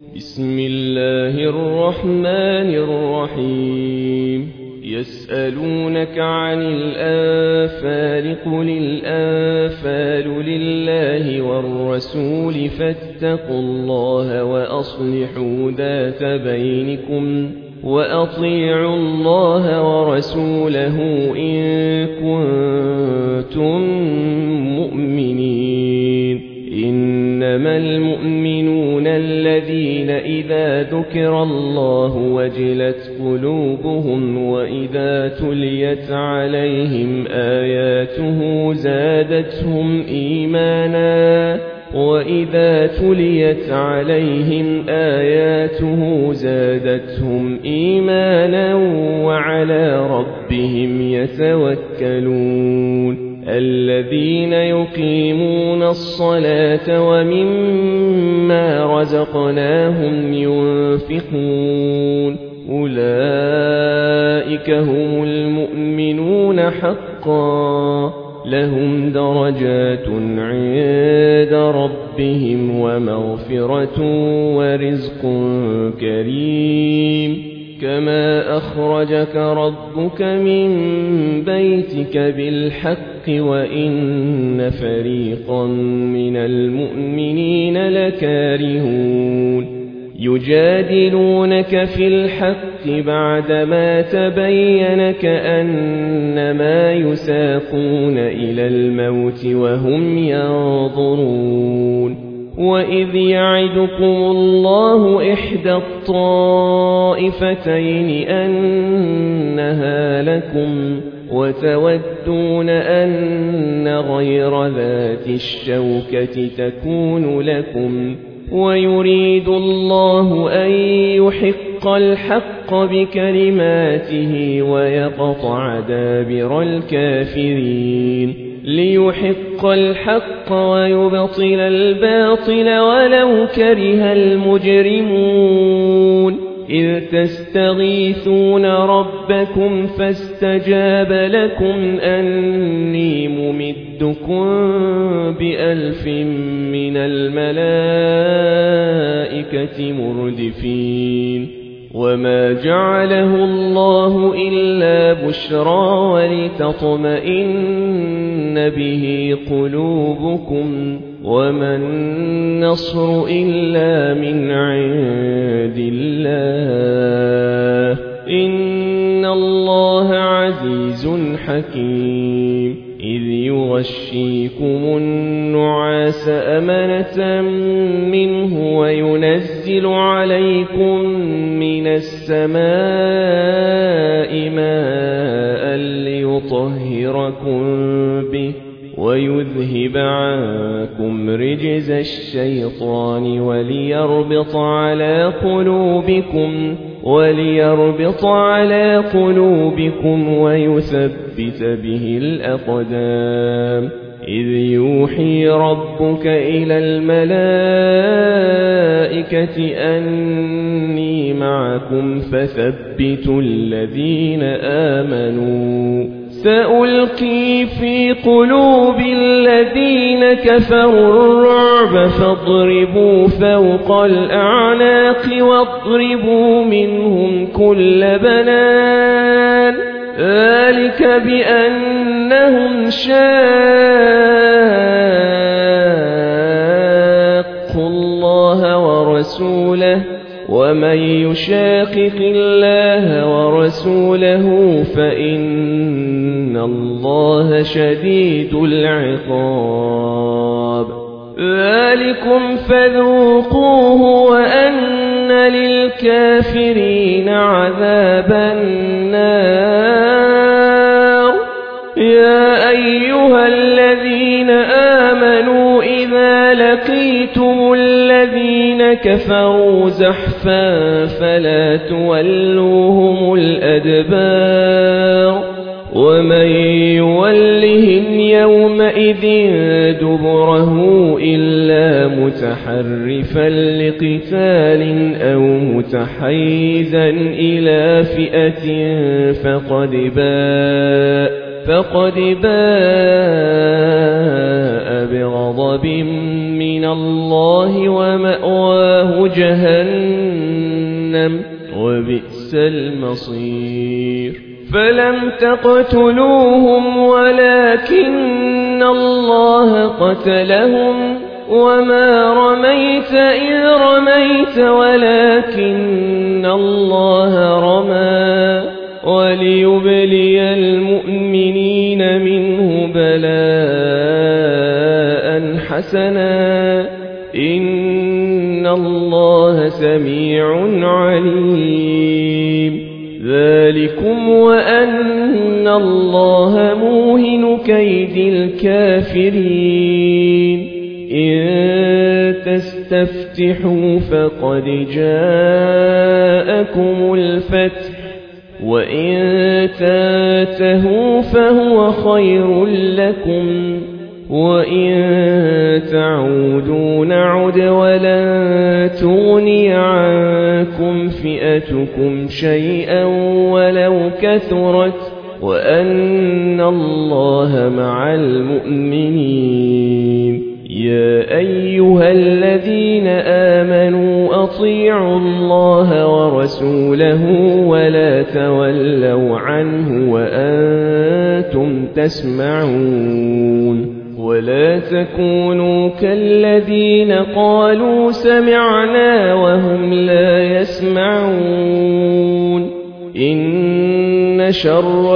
بسم الله الرحمن الرحيم. يسألونك عن الأنفال قل الأنفال لله والرسول فاتقوا الله وأصلحوا ذات بينكم وأطيعوا الله ورسوله إن كنتم مؤمنين. إنما المؤمنون الذين إذا ذكر الله وجلت قلوبهم وإذا تليت عليهم آياته زادتهم إيمانا وعلى ربهم يتوكلون. الذين يقيمون الصلاة ومما رزقناهم ينفقون أولئك هم المؤمنون حقا لهم درجات عند ربهم ومغفرة ورزق كريم. كما أخرجك ربك من بيتك بالحق وإن فريقا من المؤمنين لكارهون. يجادلونك في الحق بعدما تبين كأنما يساقون إلى الموت وهم ينظرون. وإذ يعدكم الله إحدى الطائفتين أنها لكم وتودون أن غير ذات الشوكة تكون لكم ويريد الله أن يحق الحق بكلماته ويقطع دابر الكافرين. ليحق الحق ويبطل الباطل ولو كره المجرمون. إذ تستغيثون ربكم فاستجاب لكم أني ممدكم ب1000 من الملائكة مردفين. وما جعله الله إلا بشرى ولتطمئن به قلوبكم وما النصر إلا من عند الله إن الله عزيز حكيم. إذ يغشيكم النعاس أمنة منه وينزل عليكم من السماء ماء ليطهركم به ويذهب عنكم رجز الشيطان وليربط على قلوبكم ويثبت به الأقدام. إذ يوحي ربك إلى الملائكة أني معكم فثبتوا الذين آمنوا. سألقي في قلوب الذين كفروا الرعب فاضربوا فوق الأعناق واضربوا منهم كل بنان. ذلك بأنهم شاقوا الله ورسوله ومن يشاقق الله ورسوله فإن الله شديد العقاب. ذلكم فذوقوه وأن للكافرين عذاب النار. يا أيها الذين آمنوا إذا لقيتم الذين كفروا زحفا فلا تولوهم الأدبار. ومن يولهم يومئذ دبره إلا متحرفا لقتال أو متحيزا إلى فئة فقد باء بغضب من الله ومأواه جهنم وبئس المصير فلم تقتلوهم ولكن الله قتلهم وما رميت إذ رميت ولكن الله رمى وليبلي المؤمنين منه بلاء حسنا إن الله سميع عليم ذلكم وأن الله موهن كيد الكافرين إن تستفتحوا فقد جاءكم الفتح وإن تنتهوا فهو خير لكم وإن تعودوا نعد ولن تغني عنكم فئتكم شيئا ولو كثرت وأن الله مع المؤمنين يا أيها الذين آمنوا أطيعوا الله ورسوله ولا تولوا عنه وأنتم تسمعون ولا تكونوا كالذين قالوا سمعنا وهم لا يسمعون إن شر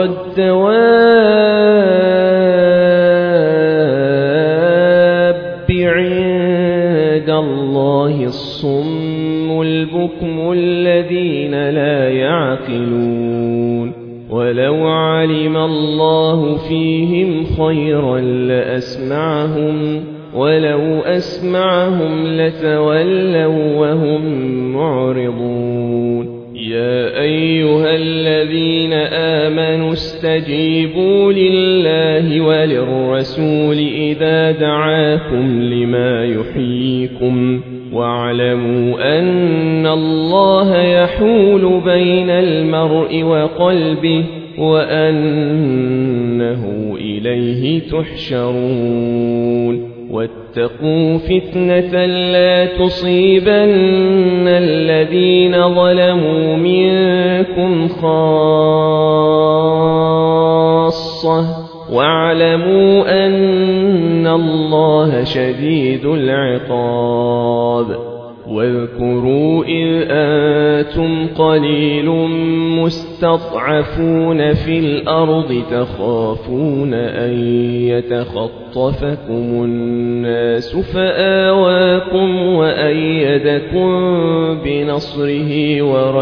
الدواب عند الله الصم البكم الذين لا يعقلون ولو علم الله فيهم خيرا لأسمعهم ولو أسمعهم لتولوا وهم معرضون يا أيها الذين آمنوا استجيبوا لله وللرسول إذا دعاكم لما يحييكم واعلموا أن الله يحول بين المرء وقلبه وأنه إليه تحشرون واتقوا فتنة لا تصيبن الذين ظلموا منكم خاصة واعلموا أن الله شديد العقاب واذكروا إذ أنتم قليل مستضعفون في الأرض تخافون أن يتخطفكم الناس فآواكم وأيدكم بنصره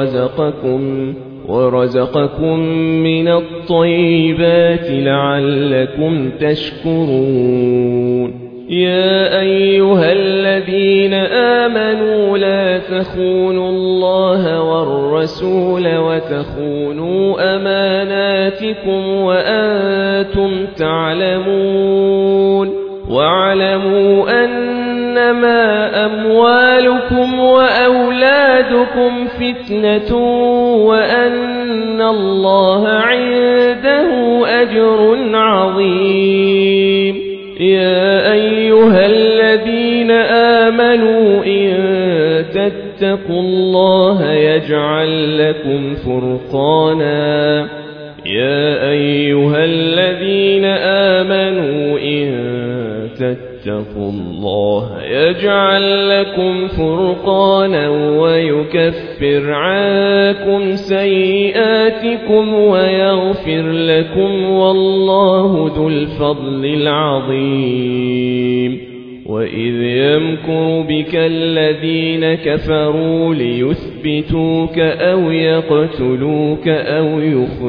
ورزقكم من الطيبات لعلكم تشكرون يا أيها الذين آمنوا لا تخونوا الله والرسول وتخونوا أماناتكم وأنتم تعلمون واعلموا أنما أموالكم وأولادكم فتنة وأن الله عنده أجر عظيم يا أيها الذين آمنوا إن تتقوا الله يجعل لكم فرقانا يا أيها الذين آمنوا إن تتقوا الله يجعل لكم فرقانا ويكفر عنكم سيئاتكم ويغفر لكم والله ذو الفضل العظيم وإذ يمكر بك الذين كفروا ليثبتوك أو يقتلوك أو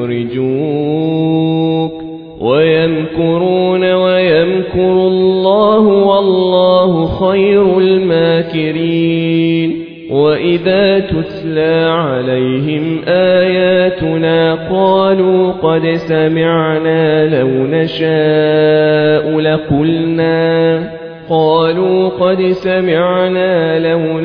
يخرجوك ويمكرون ويمكر الله والله خير الماكرين وإذا تتلى عليهم آياتنا قالوا قد سمعنا لو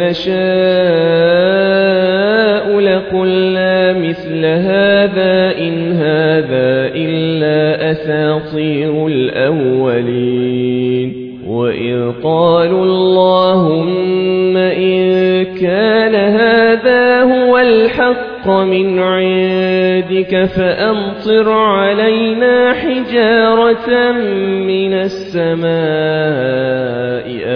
نشاء لقلنا مثل هذا إن هذا إلا أساطير الأولين الحق من عندك فأمطر علينا حجارة من السماء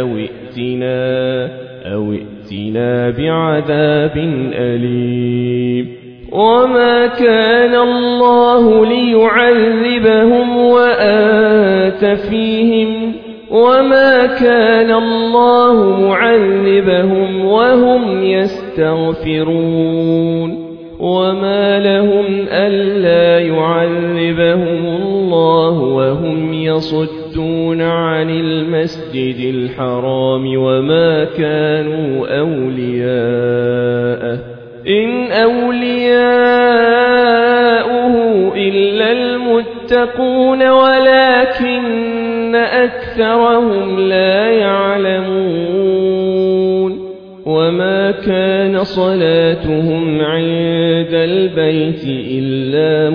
أو ائتنا بعذاب أليم وما كان الله ليعذبهم وأنت فيهم وما كان الله معذبهم وهم يستغفرون وما لهم ألا يعذبهم الله وهم يصدون عن المسجد الحرام وما كانوا أولياءه إن أولياؤه إلا المتقون ولكن أكثرهم لا يعلمون وما كان صلاتهم عند البيت إلا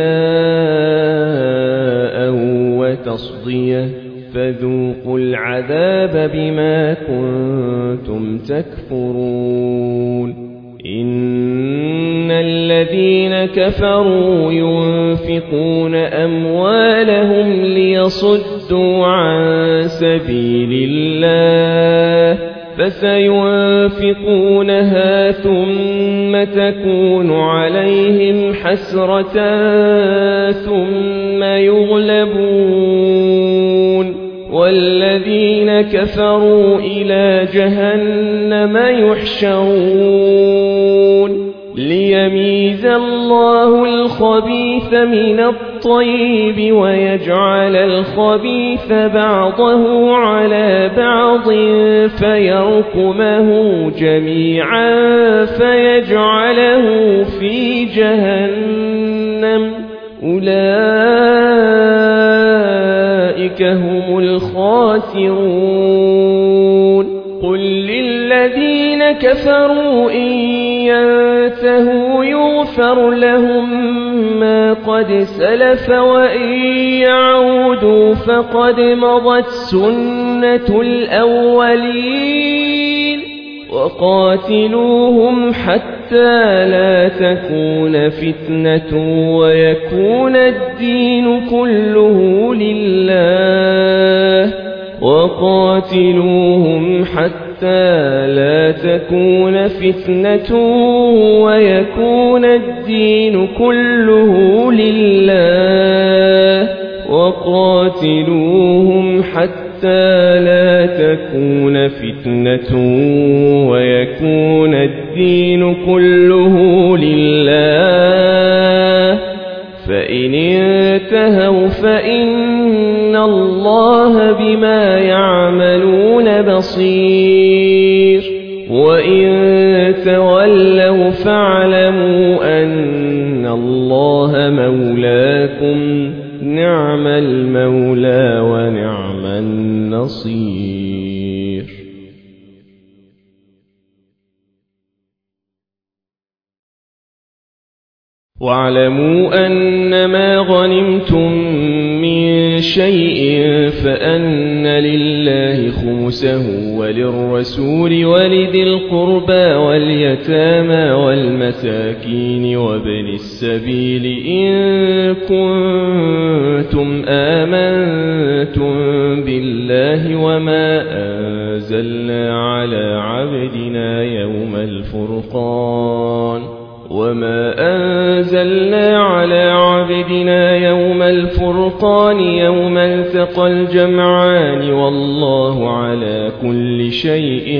مكاء وتصدية فذوقوا العذاب بما كنتم تكفرون إن الذين كفروا ينفقون أموالهم ليصدوا عن سبيل الله فسينفقونها ثم تكون عليهم حسرة ثم يغلبون والذين كفروا إلى جهنم يحشرون ليميز الله الخبيث من الطيب ويجعل الخبيث بعضه على بعض فيركمه جميعا فيجعله في جهنم أولئك هم الخاسرون قل للذين كفروا إن ينتهوا يغفر لهم ما قد سلف وإن يعودوا فقد مضت سنة الأولين وقاتلوهم حتى لا تكون فتنة ويكون الدين كله لله وقاتلوهم حتى لا تكون فتنة ويكون الدين كله لله وقاتلوهم حتى لا تكون فتنة ويكون الدين كله لله فإن انتهوا فإن الله بما يعملون بصير وإن تولوا فاعلموا أن الله مولاكم نعم المولى ونعم النصير واعلموا أنما غنمتم من شيء فأن لله خمسه وللرسول ولذي القربى واليتامى والمساكين وابن السبيل إن كنتم آمنتم بالله وما أنزلنا على عبدنا يوم الفرقان يوم التقى الجمعان والله على كل شيء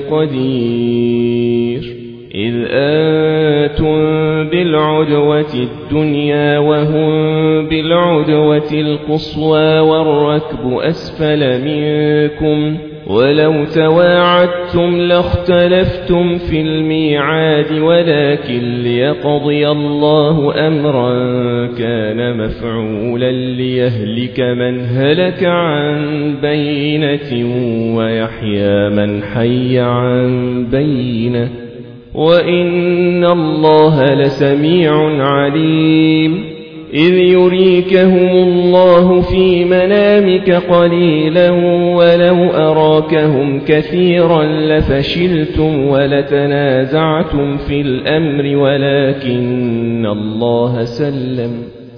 قدير إذ أنتم بالعدوة الدنيا وهم بالعدوة القصوى والركب أسفل منكم ولو تواعدتم لاختلفتم في الميعاد ولكن ليقضي الله أمرا كان مفعولا ليهلك من هلك عن بينة ويحيى من حي عن بينة وإن الله لسميع عليم إذ يريكهم الله في منامك قليلا ولو أراكهم كثيرا لفشلتم ولتنازعتم في الأمر ولكن الله سلم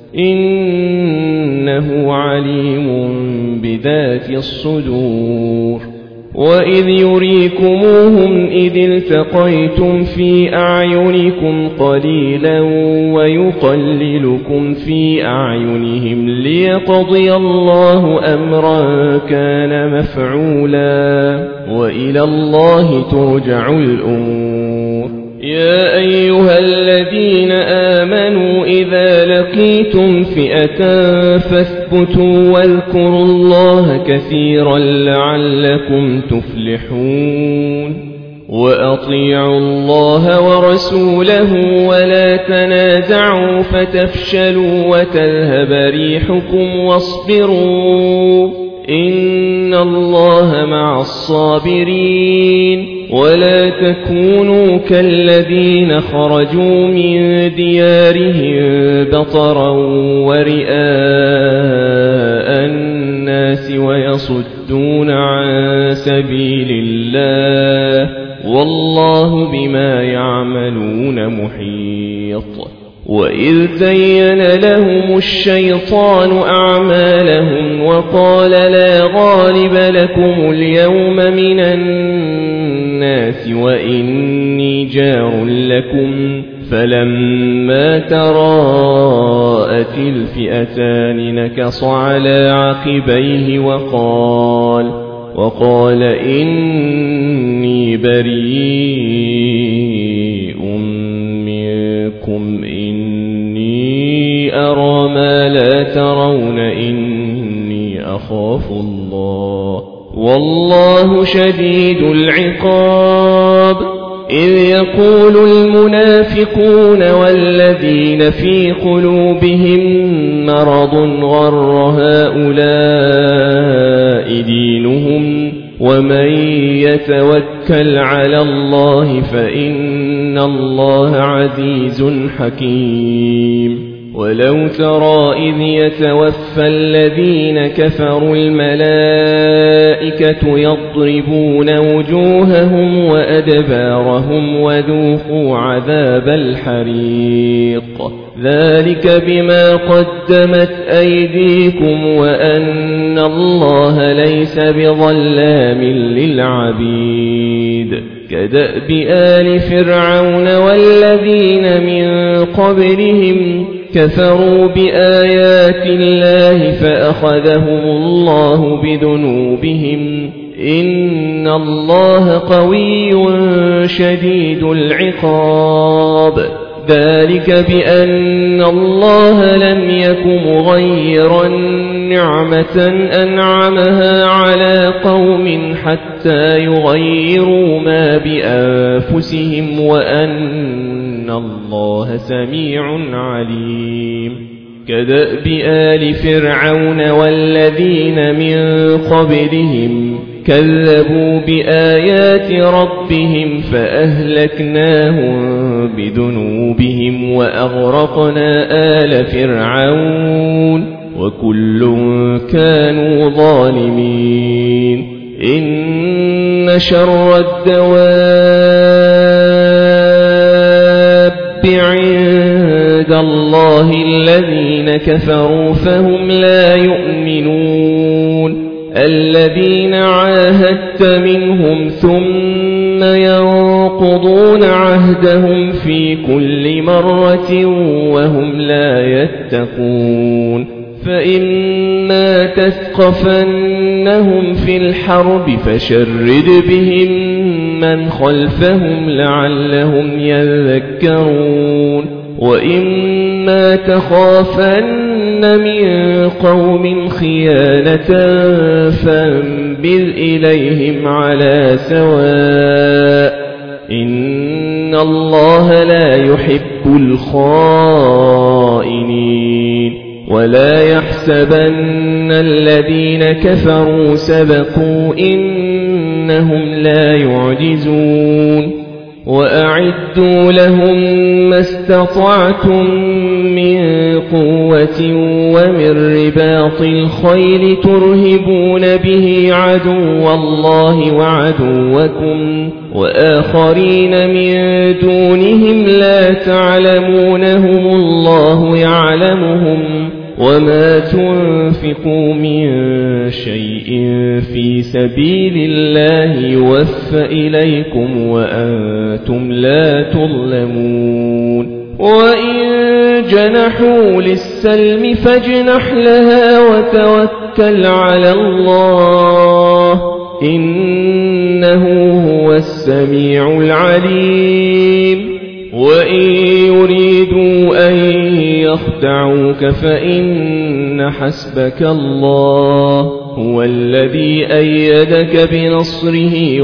إنه عليم بذات الصدور وإذ يريكموهم إذ التقيتم في أعينكم قليلا ويقللكم في أعينهم ليقضي الله أمرا كان مفعولا وإلى الله ترجع الأمور يا أيها الذين آمنوا إذا لقيتم فئة فاثبتوا واذكروا الله كثيرا لعلكم تفلحون وأطيعوا الله ورسوله ولا تنازعوا فتفشلوا وتذهب ريحكم واصبروا إن الله مع الصابرين ولا تكونوا كالذين خرجوا من ديارهم بطرا ورئاء الناس ويصدون عن سبيل الله والله بما يعملون محيط وإذ زين لهم الشيطان أعمالهم وقال لا غالب لكم اليوم من الناس وإني جار لكم فلما تراءت الفئتان نكص على عقبيه وقال إني بريء منكم إني أرى ما لا ترون إني أخاف الله والله شديد العقاب إذ يقول المنافقون والذين في قلوبهم مرض غر هؤلاء دينهم ومن يتوكل على الله فإن الله عزيز حكيم ولو ترى إذ يتوفى الذين كفروا الملائكة يضربون وجوههم وأدبارهم وذوقوا عذاب الحريق ذلك بما قدمت أيديكم وأن الله ليس بظلام للعبيد كدأب آل فرعون والذين من قبلهم كفروا بآيات الله فأخذهم الله بذنوبهم إن الله قوي شديد العقاب ذلك بأن الله لم يك مغيرا نعمة أنعمها على قوم حتى يغيروا ما بأنفسهم وأن الله سميع عليم كدأب آل فرعون والذين من قبلهم كذبوا بآيات ربهم فأهلكناهم بذنوبهم وأغرقنا آل فرعون وكل كانوا ظالمين إن شر الدواب عند الله الذين كفروا فهم لا يؤمنون الذين عاهدت منهم ثم ينقضون عهدهم في كل مرة وهم لا يتقون فإما تثقفنهم في الحرب فشرد بهم من خلفهم لعلهم يذكرون وإما تخافن من قوم خيانة فانبذ إليهم على سواء إن الله لا يحب الخائنين ولا يحسبن الذين كفروا سبقوا إنهم لا يعجزون وأعدوا لهم ما استطعتم من قوة ومن رباط الخيل ترهبون به عدو الله وعدوكم وآخرين من دونهم لا تعلمونهم الله يعلمهم وما تنفقوا من شيء في سبيل الله يوفى إليكم وأنتم لا تظلمون وإن جنحوا للسلم فاجنح لها وتوكل على الله إنه هو السميع العليم وإن يريدوا أن يخدعوك فإن حسبك الله هو الذي أيدك بنصره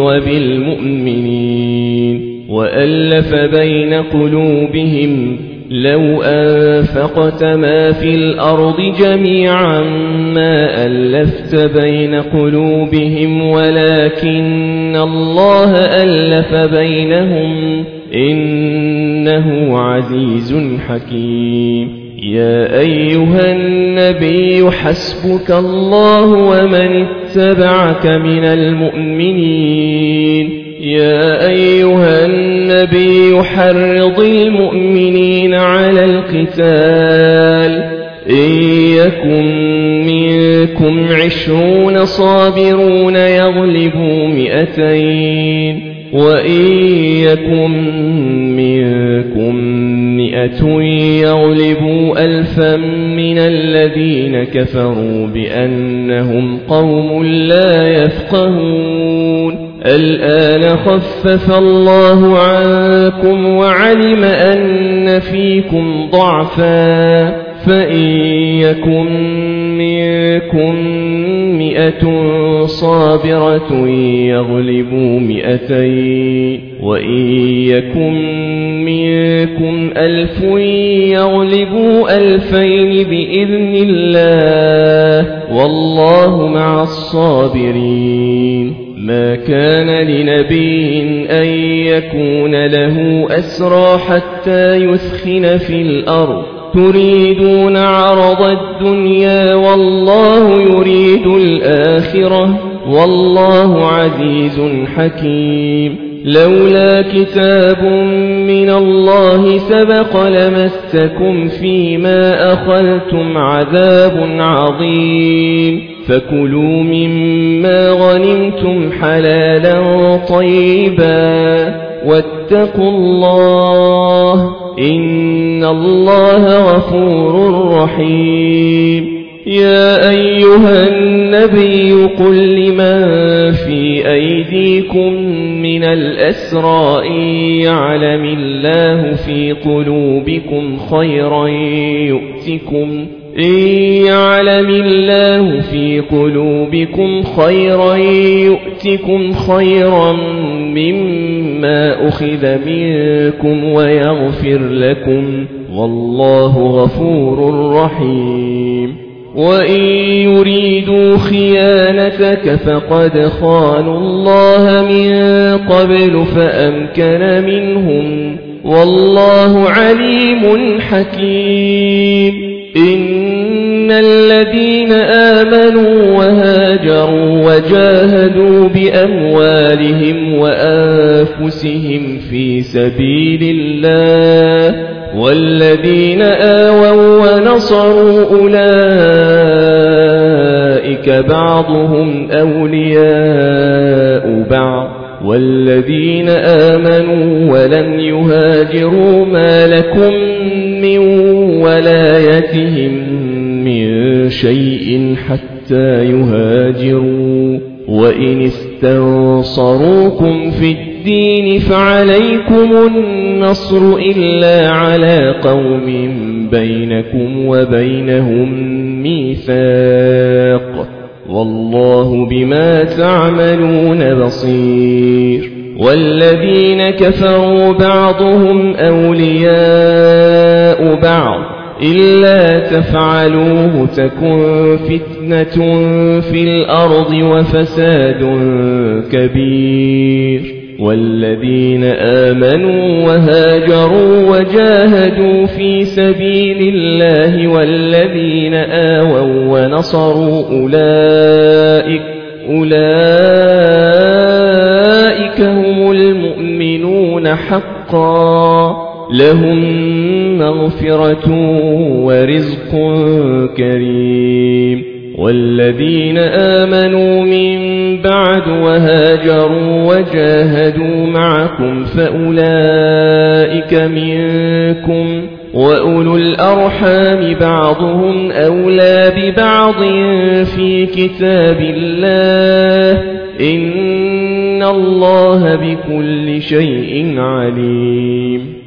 وبالمؤمنين وألف بين قلوبهم لو أنفقت ما في الأرض جميعا ما ألفت بين قلوبهم ولكن الله ألف بينهم إنه عزيز حكيم يا أيها النبي حسبك الله ومن اتبعك من المؤمنين يا أيها النبي حرض المؤمنين على القتال إن يكن منكم 20 صابرون يغلبوا 200 وإن يكن منكم 100 يغلبوا 1000 من الذين كفروا بأنهم قوم لا يفقهون الآن خفف الله عنكم وعلم أن فيكم ضعفا فإن يكن منكم 100 صابرة يغلبوا 200 وإن يكن منكم 1000 يغلبوا 2000 بإذن الله والله مع الصابرين ما كان لنبي أن يكون له أسرى حتى يثخن في الأرض تريدون عرض الدنيا والله يريد الآخرة والله عزيز حكيم لولا كتاب من الله سبق لمسكم فيما أخذتم عذاب عظيم فكلوا مما غنمتم حلالا طيبا واتقوا الله إن الله غفور رحيم يا أيها النبي قل لمن في أيديكم من الأسرى إن يعلم الله في قلوبكم خيرا يؤتكم خيرا مما أخذ منكم ويغفر لكم والله غفور رحيم وإن يريدوا خيانتك فقد خانوا الله من قبل فأمكن منهم والله عليم حكيم إن الذين آمنوا وهاجروا وجاهدوا بأموالهم وأنفسهم في سبيل الله والذين آووا ونصروا أولئك بعضهم أولياء بعض والذين آمنوا ولم يهاجروا ما لكم من ولايتهم من شيء حتى يهاجروا وإن استنصروكم في الدين فعليكم النصر إلا على قوم بينكم وبينهم ميثاق والله بما تعملون بصير والذين كفروا بعضهم أولياء بعض إلا تفعلوه تكن فتنة في الأرض وفساد كبير والذين آمنوا وهاجروا وجاهدوا في سبيل الله والذين آووا ونصروا أولئك هم المؤمنون حقا لهم مغفرة ورزق كريم والذين آمنوا من بعد وهاجروا وجاهدوا معكم فأولئك منكم وأولو الأرحام بعضهم أولى ببعض في كتاب الله إن الله بكل شيء عليم